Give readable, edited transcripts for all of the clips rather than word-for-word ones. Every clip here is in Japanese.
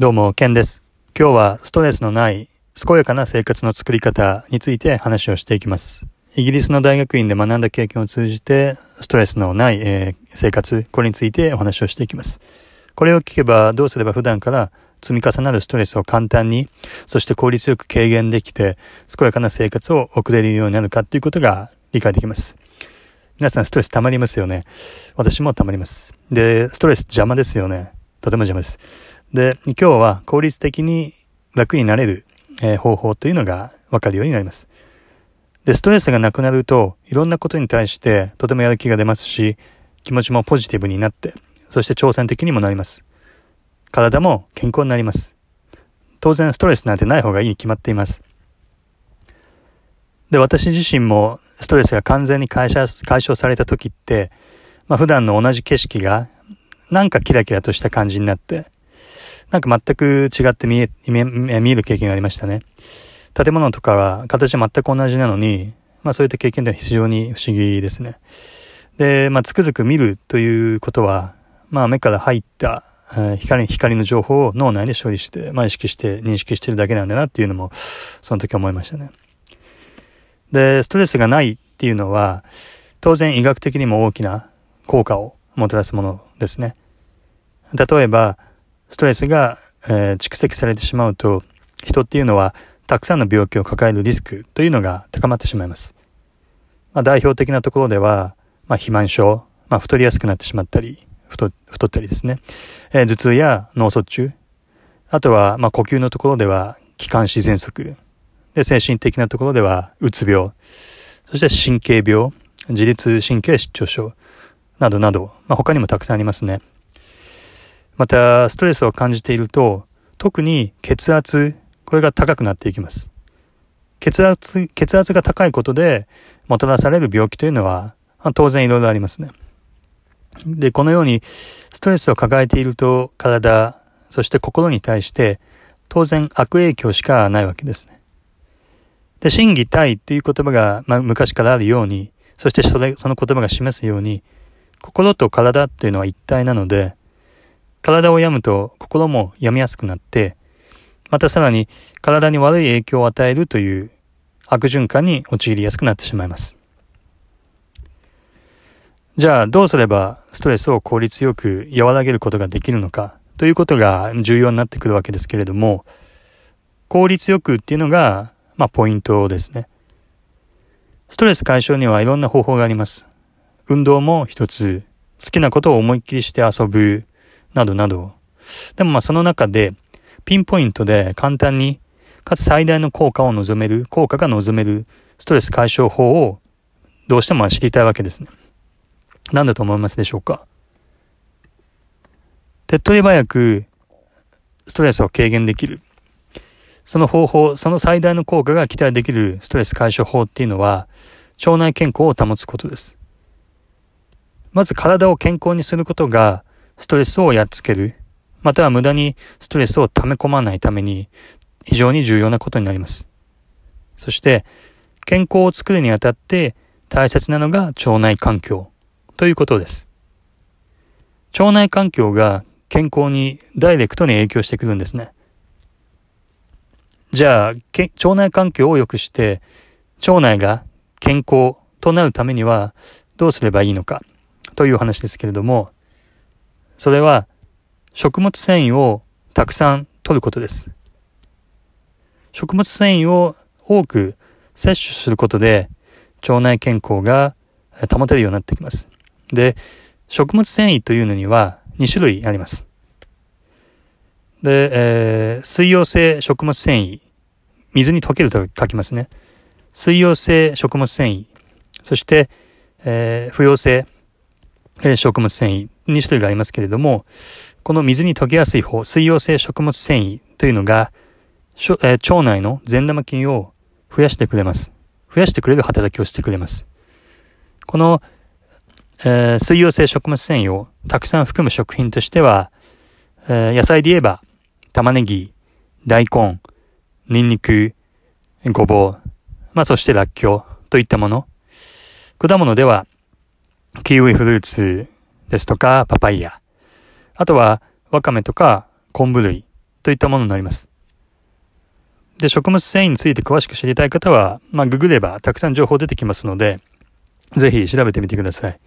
どうも、ケンです。今日はストレスのない健やかな生活の作り方について話をしていきます。イギリスの大学院で学んだ経験を通じて、ストレスのない、生活、これについてお話をしていきます。これを聞けばどうすれば普段から積み重なるストレスを簡単に、そして効率よく軽減できて、健やかな生活を送れるようになるかということが理解できます。皆さんストレス溜まりますよね。私も溜まります。で、ストレス邪魔ですよね。とても邪魔です。で、今日は効率的に楽になれる、方法というのが分かるようになります。で、ストレスがなくなると、いろんなことに対してとてもやる気が出ますし、気持ちもポジティブになって、そして挑戦的にもなります。体も健康になります。当然ストレスなんてない方がいいに決まっています。で、私自身もストレスが完全に解消された時って、普段の同じ景色がなんかキラキラとした感じになって、なんか全く違って見える経験がありましたね。建物とかは形は全く同じなのに、そういった経験では非常に不思議ですね。で、つくづく見るということは、目から入った光の情報を脳内で処理して、意識して認識してるだけなんだなっていうのも、その時思いましたね。で、ストレスがないっていうのは、当然医学的にも大きな効果をもたらすものですね。例えば、ストレスが、蓄積されてしまうと、人っていうのはたくさんの病気を抱えるリスクというのが高まってしまいます。代表的なところでは、肥満症、太りやすくなってしまったり、太ったりですね。頭痛や脳卒中、あとは、呼吸のところでは気管支喘息、で、精神的なところではうつ病、そして神経病、自律神経失調症などなど、他にもたくさんありますね。また、ストレスを感じていると、特に血圧、これが高くなっていきます。血圧が高いことでもたらされる病気というのは、当然いろいろありますね。で、このようにストレスを抱えていると体、そして心に対して当然悪影響しかないわけですね。で、心技体という言葉が、昔からあるように、そしてその言葉が示すように、心と体というのは一体なので、体を病むと心も病みやすくなって、またさらに体に悪い影響を与えるという悪循環に陥りやすくなってしまいます。じゃあどうすればストレスを効率よく和らげることができるのかということが重要になってくるわけですけれども、効率よくっていうのがポイントですね。ストレス解消にはいろんな方法があります。運動も一つ、好きなことを思いっきりして遊ぶなどなど。でもその中でピンポイントで簡単にかつ最大の効果が望めるストレス解消法をどうしても知りたいわけですね。何だと思いますでしょうか。手っ取り早くストレスを軽減できる。その方法、その最大の効果が期待できるストレス解消法っていうのは腸内健康を保つことです。まず体を健康にすることがストレスをやっつける、または無駄にストレスを溜め込まないために非常に重要なことになります。そして健康を作るにあたって大切なのが腸内環境ということです。腸内環境が健康にダイレクトに影響してくるんですね。じゃあ腸内環境を良くして腸内が健康となるためにはどうすればいいのかという話ですけれども、それは食物繊維をたくさん摂ることです。食物繊維を多く摂取することで腸内健康が保てるようになってきます。で、食物繊維というのには2種類あります。で、水溶性食物繊維、水に溶けると書きますね。水溶性食物繊維、そして、不溶性食物繊維2種類がありますけれども、この水に溶けやすい方、水溶性食物繊維というのが、腸内の善玉菌を増やしてくれます。増やしてくれる働きをしてくれます。この、水溶性食物繊維をたくさん含む食品としては、野菜で言えば玉ねぎ、大根、ニンニク、ごぼう、そしてらっきょうといったもの。果物ではキウイフルーツですとかパパイヤ、あとはわかめとか昆布類といったものになります。で、食物繊維について詳しく知りたい方は、ググればたくさん情報出てきますので、ぜひ調べてみてください。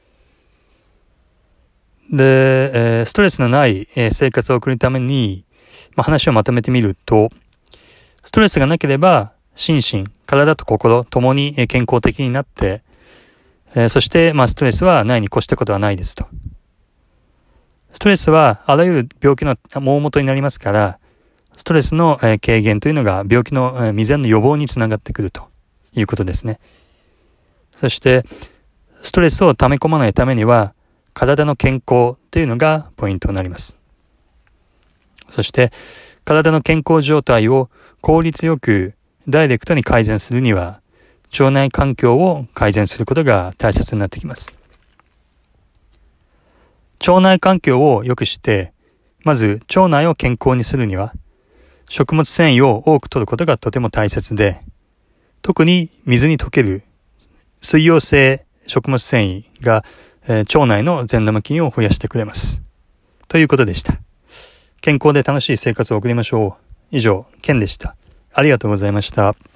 で、ストレスのない生活を送るために、話をまとめてみると、ストレスがなければ心身、体と心ともに健康的になって、そしてストレスはないに越したことはないですと。ストレスはあらゆる病気の大元になりますから、ストレスの軽減というのが病気の未然の予防につながってくるということですね。そしてストレスを溜め込まないためには体の健康というのがポイントになります。そして体の健康状態を効率よくダイレクトに改善するには腸内環境を改善することが大切になってきます。腸内環境を良くしてまず腸内を健康にするには食物繊維を多く摂ることがとても大切で、特に水に溶ける水溶性食物繊維が、腸内の善玉菌を増やしてくれます。ということでした。健康で楽しい生活を送りましょう。以上、ケンでした。ありがとうございました。